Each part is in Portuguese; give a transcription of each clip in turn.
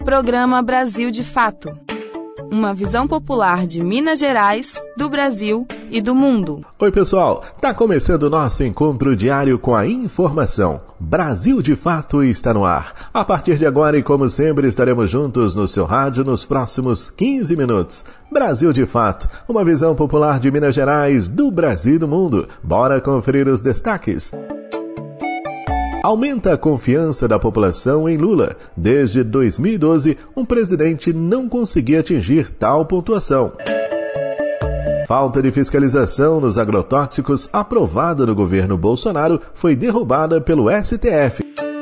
Programa Brasil de Fato. Uma visão popular de Minas Gerais, do Brasil e do mundo. Oi, pessoal. Tá começando o nosso encontro diário com a informação. Brasil de Fato está no ar. A partir de agora e como sempre estaremos juntos no seu rádio nos próximos 15 minutos. Brasil de Fato, uma visão popular de Minas Gerais, do Brasil e do mundo. Bora conferir os destaques. Aumenta a confiança da população em Lula. Desde 2012, um presidente não conseguia atingir tal pontuação. Falta de fiscalização nos agrotóxicos aprovada no governo Bolsonaro foi derrubada pelo STF.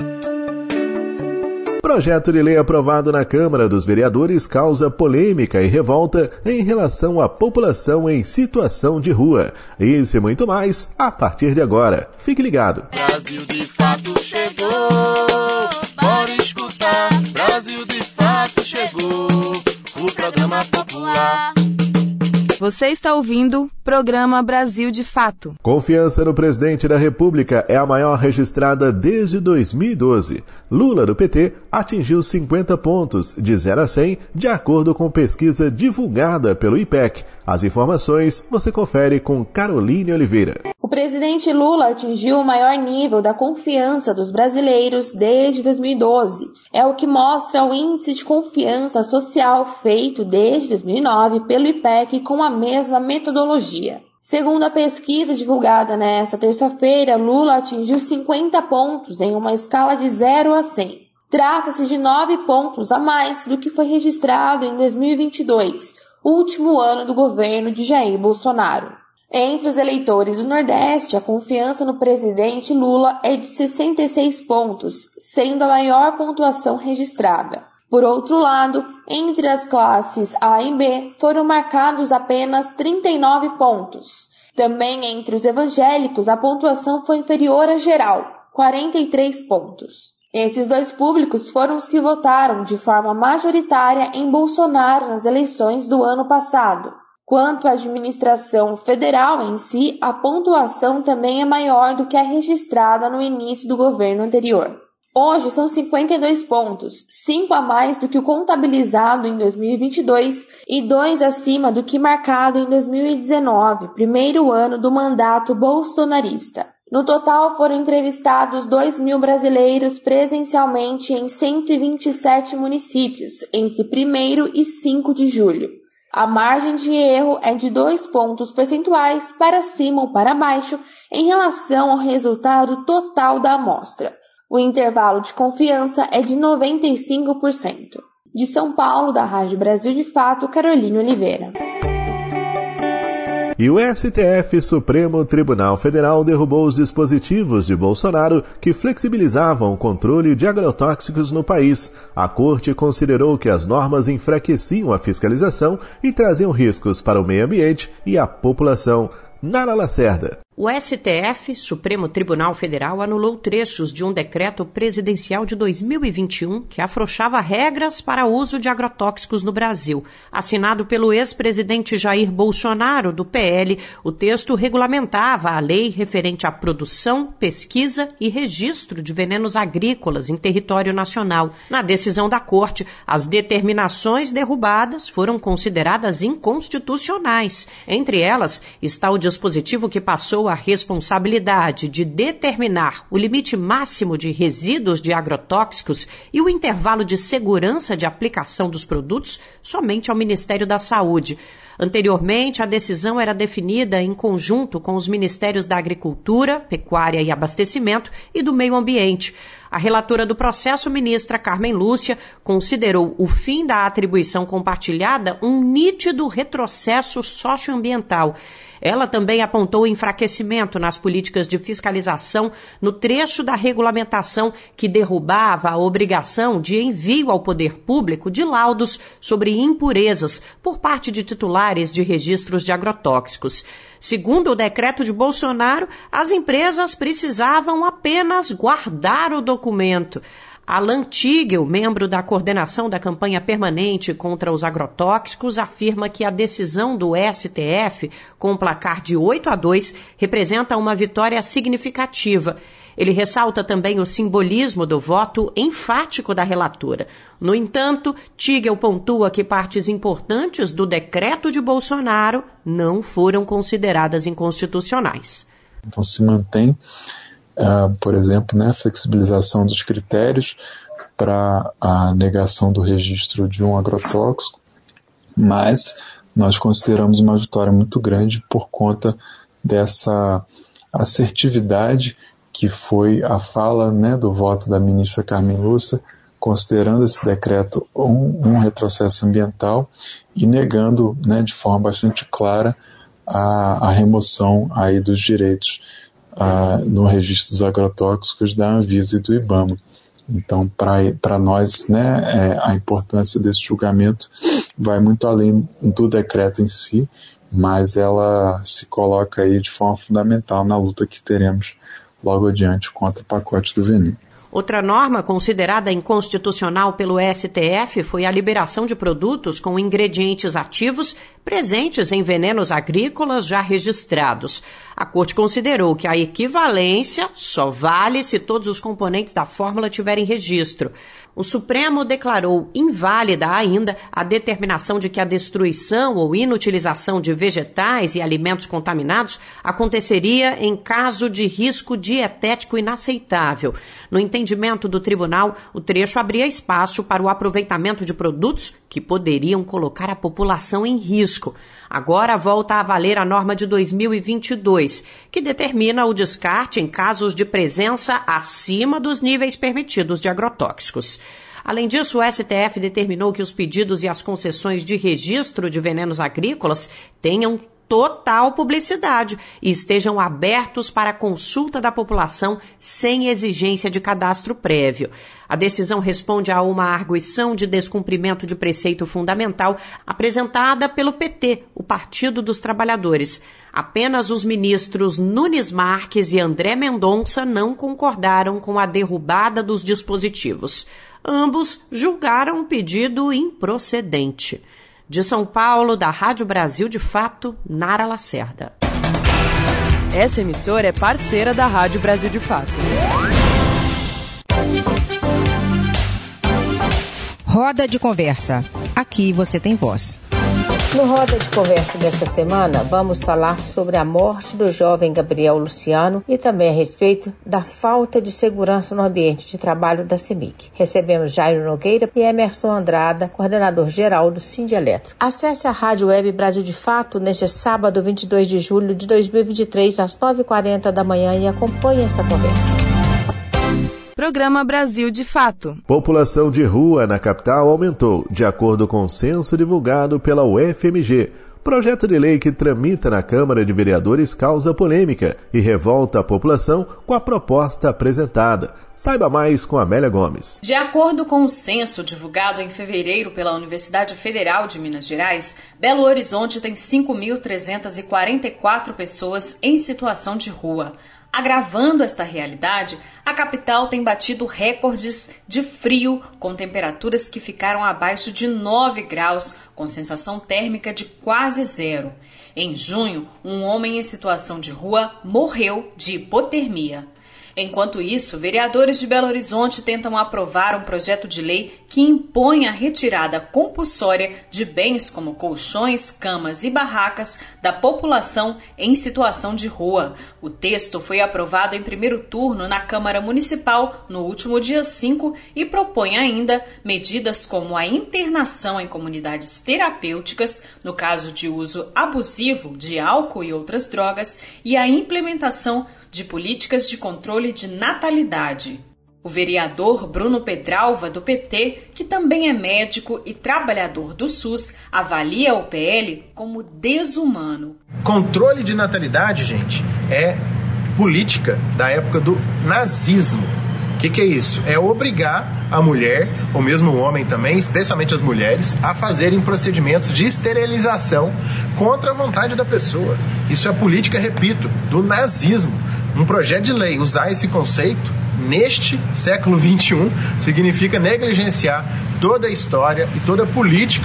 Projeto de lei aprovado na Câmara dos Vereadores causa polêmica e revolta em relação à população em situação de rua. Isso e muito mais a partir de agora. Fique ligado. Brasil de Fato chegou, bora escutar. Brasil de Fato chegou, o programa popular. Você está ouvindo Programa Brasil de Fato. Confiança no presidente da República é a maior registrada desde 2012. Lula, do PT, atingiu 50 pontos, de 0 a 100, de acordo com pesquisa divulgada pelo IPEC. As informações você confere com Caroline Oliveira. O presidente Lula atingiu o maior nível da confiança dos brasileiros desde 2012. É o que mostra o índice de confiança social feito desde 2009 pelo IPEC com a mesma metodologia. Segundo a pesquisa divulgada nesta terça-feira, Lula atingiu 50 pontos em uma escala de 0 a 100. Trata-se de 9 pontos a mais do que foi registrado em 2022, último ano do governo de Jair Bolsonaro. Entre os eleitores do Nordeste, a confiança no presidente Lula é de 66 pontos, sendo a maior pontuação registrada. Por outro lado, entre as classes A e B foram marcados apenas 39 pontos. Também entre os evangélicos, a pontuação foi inferior à geral, 43 pontos. Esses dois públicos foram os que votaram de forma majoritária em Bolsonaro nas eleições do ano passado. Quanto à administração federal em si, a pontuação também é maior do que a registrada no início do governo anterior. Hoje são 52 pontos, 5 a mais do que o contabilizado em 2022 e 2 acima do que marcado em 2019, primeiro ano do mandato bolsonarista. No total, foram entrevistados 2.000 brasileiros presencialmente em 127 municípios, entre 1º e 5 de julho. A margem de erro é de 2 pontos percentuais para cima ou para baixo em relação ao resultado total da amostra. O intervalo de confiança é de 95%. De São Paulo, da Rádio Brasil de Fato, Caroline Oliveira. E o STF, Supremo Tribunal Federal, derrubou os dispositivos de Bolsonaro que flexibilizavam o controle de agrotóxicos no país. A Corte considerou que as normas enfraqueciam a fiscalização e traziam riscos para o meio ambiente e a população. Nara Lacerda. O STF, Supremo Tribunal Federal, anulou trechos de um decreto presidencial de 2021 que afrouxava regras para o uso de agrotóxicos no Brasil. Assinado pelo ex-presidente Jair Bolsonaro, do PL, o texto regulamentava a lei referente à produção, pesquisa e registro de venenos agrícolas em território nacional. Na decisão da Corte, as determinações derrubadas foram consideradas inconstitucionais. Entre elas está o dispositivo que passou a responsabilidade de determinar o limite máximo de resíduos de agrotóxicos e o intervalo de segurança de aplicação dos produtos somente ao Ministério da Saúde. Anteriormente, a decisão era definida em conjunto com os Ministérios da Agricultura, Pecuária e Abastecimento e do Meio Ambiente. A relatora do processo, ministra Carmen Lúcia, considerou o fim da atribuição compartilhada um nítido retrocesso socioambiental. Ela também apontou o enfraquecimento nas políticas de fiscalização no trecho da regulamentação que derrubava a obrigação de envio ao poder público de laudos sobre impurezas por parte de titulares de registros de agrotóxicos. Segundo o decreto de Bolsonaro, as empresas precisavam apenas guardar o documento. Alan Tigel, membro da coordenação da campanha permanente contra os agrotóxicos, afirma que a decisão do STF, com um placar de 8-2, representa uma vitória significativa. Ele ressalta também o simbolismo do voto enfático da relatora. No entanto, Tigel pontua que partes importantes do decreto de Bolsonaro não foram consideradas inconstitucionais. Então se mantém, por exemplo, a flexibilização dos critérios para a negação do registro de um agrotóxico, mas nós consideramos uma vitória muito grande por conta dessa assertividade que foi a fala do voto da ministra Carmen Lúcia, considerando esse decreto um retrocesso ambiental e negando de forma bastante clara a remoção aí dos direitos no registro dos agrotóxicos da Anvisa e do IBAMA. Então, para nós, a importância desse julgamento vai muito além do decreto em si, mas ela se coloca aí de forma fundamental na luta que teremos logo adiante contra o pacote do veneno. Outra norma considerada inconstitucional pelo STF foi a liberação de produtos com ingredientes ativos presentes em venenos agrícolas já registrados. A Corte considerou que a equivalência só vale se todos os componentes da fórmula tiverem registro. O Supremo declarou inválida ainda a determinação de que a destruição ou inutilização de vegetais e alimentos contaminados aconteceria em caso de risco dietético inaceitável. No entendimento do tribunal, o trecho abria espaço para o aproveitamento de produtos que poderiam colocar a população em risco. Agora volta a valer a norma de 2022, que determina o descarte em casos de presença acima dos níveis permitidos de agrotóxicos. Além disso, o STF determinou que os pedidos e as concessões de registro de venenos agrícolas tenham total publicidade e estejam abertos para a consulta da população sem exigência de cadastro prévio. A decisão responde a uma arguição de descumprimento de preceito fundamental apresentada pelo PT, o Partido dos Trabalhadores. Apenas os ministros Nunes Marques e André Mendonça não concordaram com a derrubada dos dispositivos. Ambos julgaram o pedido improcedente. De São Paulo, da Rádio Brasil de Fato, Nara Lacerda. Essa emissora é parceira da Rádio Brasil de Fato. Roda de Conversa. Aqui você tem voz. No Roda de Conversa desta semana, vamos falar sobre a morte do jovem Gabriel Luciano e também a respeito da falta de segurança no ambiente de trabalho da CEMIG. Recebemos Jairo Nogueira e Emerson Andrada, coordenador-geral do Sindialetra. Acesse a Rádio Web Brasil de Fato neste sábado, 22 de julho de 2023, às 9h40 da manhã e acompanhe essa conversa. Programa Brasil de Fato. População de rua na capital aumentou, de acordo com o censo divulgado pela UFMG. Projeto de lei que tramita na Câmara de Vereadores causa polêmica e revolta a população com a proposta apresentada. Saiba mais com Amélia Gomes. De acordo com o censo divulgado em fevereiro pela Universidade Federal de Minas Gerais, Belo Horizonte tem 5.344 pessoas em situação de rua. Agravando esta realidade, a capital tem batido recordes de frio, com temperaturas que ficaram abaixo de 9 graus, com sensação térmica de quase zero. Em junho, um homem em situação de rua morreu de hipotermia. Enquanto isso, vereadores de Belo Horizonte tentam aprovar um projeto de lei que impõe a retirada compulsória de bens como colchões, camas e barracas da população em situação de rua. O texto foi aprovado em primeiro turno na Câmara Municipal no último dia 5 e propõe ainda medidas como a internação em comunidades terapêuticas, no caso de uso abusivo de álcool e outras drogas, e a implementação de políticas de controle de natalidade. O vereador Bruno Pedralva, do PT, que também é médico e trabalhador do SUS, avalia o PL como desumano. Controle de natalidade, gente, é política da época do nazismo. O que é isso? É obrigar a mulher, ou mesmo o homem também, especialmente as mulheres, a fazerem procedimentos de esterilização contra a vontade da pessoa. Isso é política, repito, do nazismo. Um projeto de lei usar esse conceito neste século XXI significa negligenciar toda a história e toda a política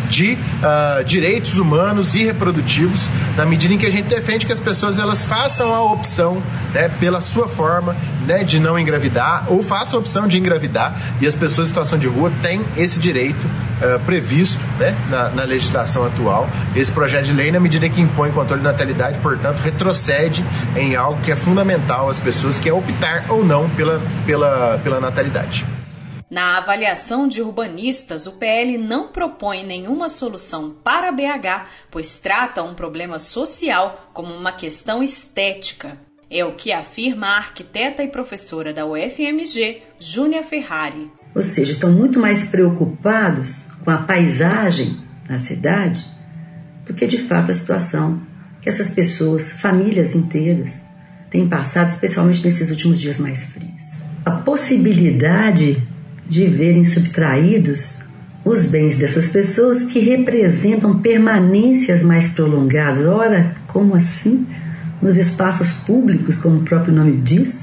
de direitos humanos e reprodutivos, na medida em que a gente defende que as pessoas elas façam a opção, né, pela sua forma, né, de não engravidar, ou façam a opção de engravidar, e as pessoas em situação de rua têm esse direito previsto, né, na legislação atual. Esse projeto de lei, na medida que impõe controle de natalidade, portanto, retrocede em algo que é fundamental às pessoas, que é optar ou não pela natalidade. Na avaliação de urbanistas, o PL não propõe nenhuma solução para BH, pois trata um problema social como uma questão estética. É o que afirma a arquiteta e professora da UFMG, Júnia Ferrari. Ou seja, estão muito mais preocupados com a paisagem na cidade do que, de fato, a situação que essas pessoas, famílias inteiras, têm passado, especialmente nesses últimos dias mais frios. A possibilidade de verem subtraídos os bens dessas pessoas que representam permanências mais prolongadas. Ora, como assim? Nos espaços públicos, como o próprio nome diz,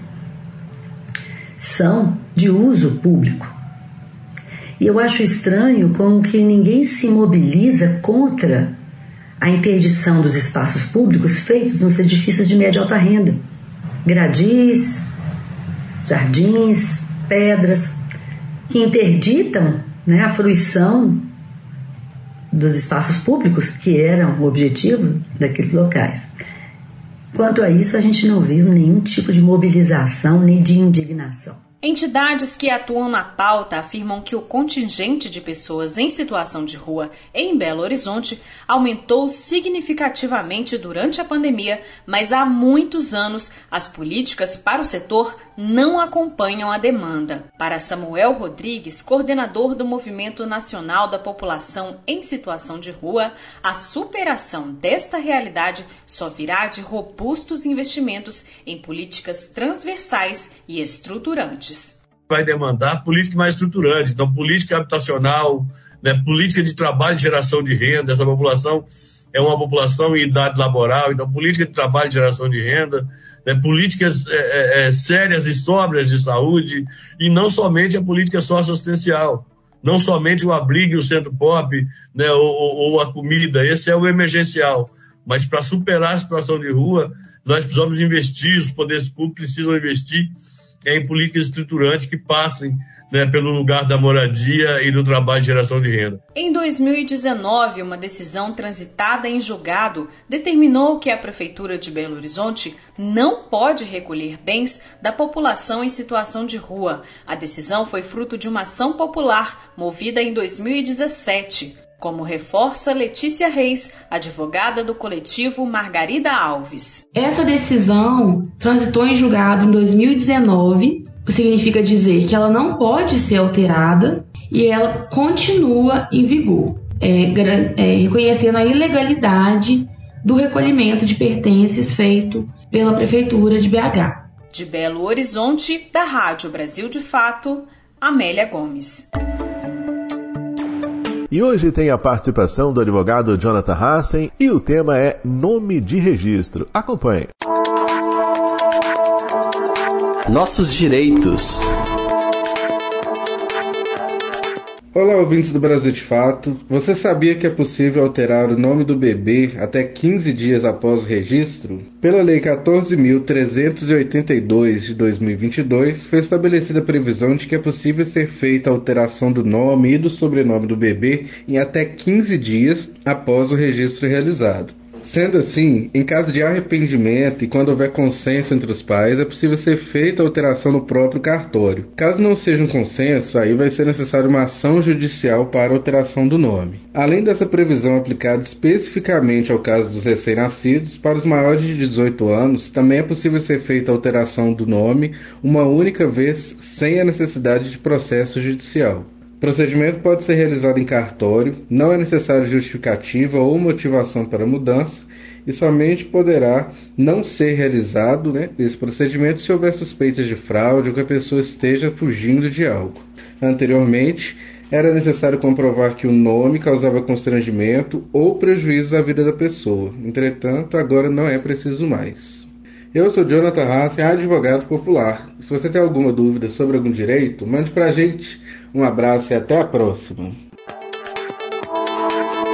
são de uso público. E eu acho estranho como que ninguém se mobiliza contra a interdição dos espaços públicos feitos nos edifícios de média e alta renda. Gradis, jardins, pedras, que interditam, né, a fruição dos espaços públicos, que eram o objetivo daqueles locais. Quanto a isso, a gente não viu nenhum tipo de mobilização nem de indignação. Entidades que atuam na pauta afirmam que o contingente de pessoas em situação de rua em Belo Horizonte aumentou significativamente durante a pandemia, mas há muitos anos as políticas para o setor não acompanham a demanda. Para Samuel Rodrigues, coordenador do Movimento Nacional da População em Situação de Rua, a superação desta realidade só virá de robustos investimentos em políticas transversais e estruturantes. Vai demandar política mais estruturante, então política habitacional, né, política de trabalho e geração de renda. Essa população é uma população em idade laboral, então política de trabalho e geração de renda, né, políticas sérias e sóbrias de saúde, e não somente a política socioassistencial, não somente o abrigo e o centro pop, né, ou a comida. Esse é o emergencial, mas para superar a situação de rua, nós precisamos investir, os poderes públicos precisam investir em políticas estruturantes que passem, né, pelo lugar da moradia e do trabalho de geração de renda. Em 2019, uma decisão transitada em julgado determinou que a Prefeitura de Belo Horizonte não pode recolher bens da população em situação de rua. A decisão foi fruto de uma ação popular movida em 2017. Como reforça Letícia Reis, advogada do coletivo Margarida Alves. Essa decisão transitou em julgado em 2019, o que significa dizer que ela não pode ser alterada e ela continua em vigor, reconhecendo a ilegalidade do recolhimento de pertences feito pela Prefeitura de BH. De Belo Horizonte, da Rádio Brasil de Fato, Amélia Gomes. E hoje tem a participação do advogado Jonathan Hassen e o tema é nome de registro. Acompanhe. Nossos direitos. Olá, ouvintes do Brasil de Fato. Você sabia que é possível alterar o nome do bebê até 15 dias após o registro? Pela Lei 14.382 de 2022, foi estabelecida a previsão de que é possível ser feita a alteração do nome e do sobrenome do bebê em até 15 dias após o registro realizado. Sendo assim, em caso de arrependimento e quando houver consenso entre os pais, é possível ser feita a alteração no próprio cartório. Caso não seja um consenso, aí vai ser necessária uma ação judicial para a alteração do nome. Além dessa previsão aplicada especificamente ao caso dos recém-nascidos, para os maiores de 18 anos, também é possível ser feita a alteração do nome uma única vez sem a necessidade de processo judicial. O procedimento pode ser realizado em cartório, não é necessário justificativa ou motivação para a mudança e somente poderá não ser realizado, esse procedimento se houver suspeitas de fraude ou que a pessoa esteja fugindo de algo. Anteriormente, era necessário comprovar que o nome causava constrangimento ou prejuízo à vida da pessoa. Entretanto, agora não é preciso mais. Eu sou Jonathan Hassen, advogado popular. Se você tem alguma dúvida sobre algum direito, mande pra gente. Um abraço e até a próxima.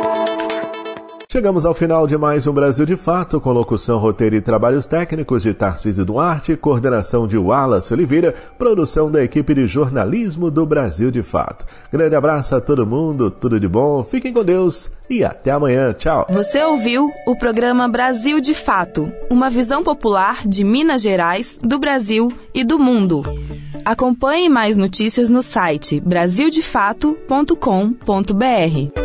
Chegamos ao final de mais um Brasil de Fato, com locução, roteiro e trabalhos técnicos de Tarcísio Duarte, coordenação de Wallace Oliveira, produção da equipe de jornalismo do Brasil de Fato. Grande abraço a todo mundo, tudo de bom, fiquem com Deus e até amanhã. Tchau. Você ouviu o programa Brasil de Fato, uma visão popular de Minas Gerais, do Brasil e do mundo. Acompanhe mais notícias no site brasildefato.com.br.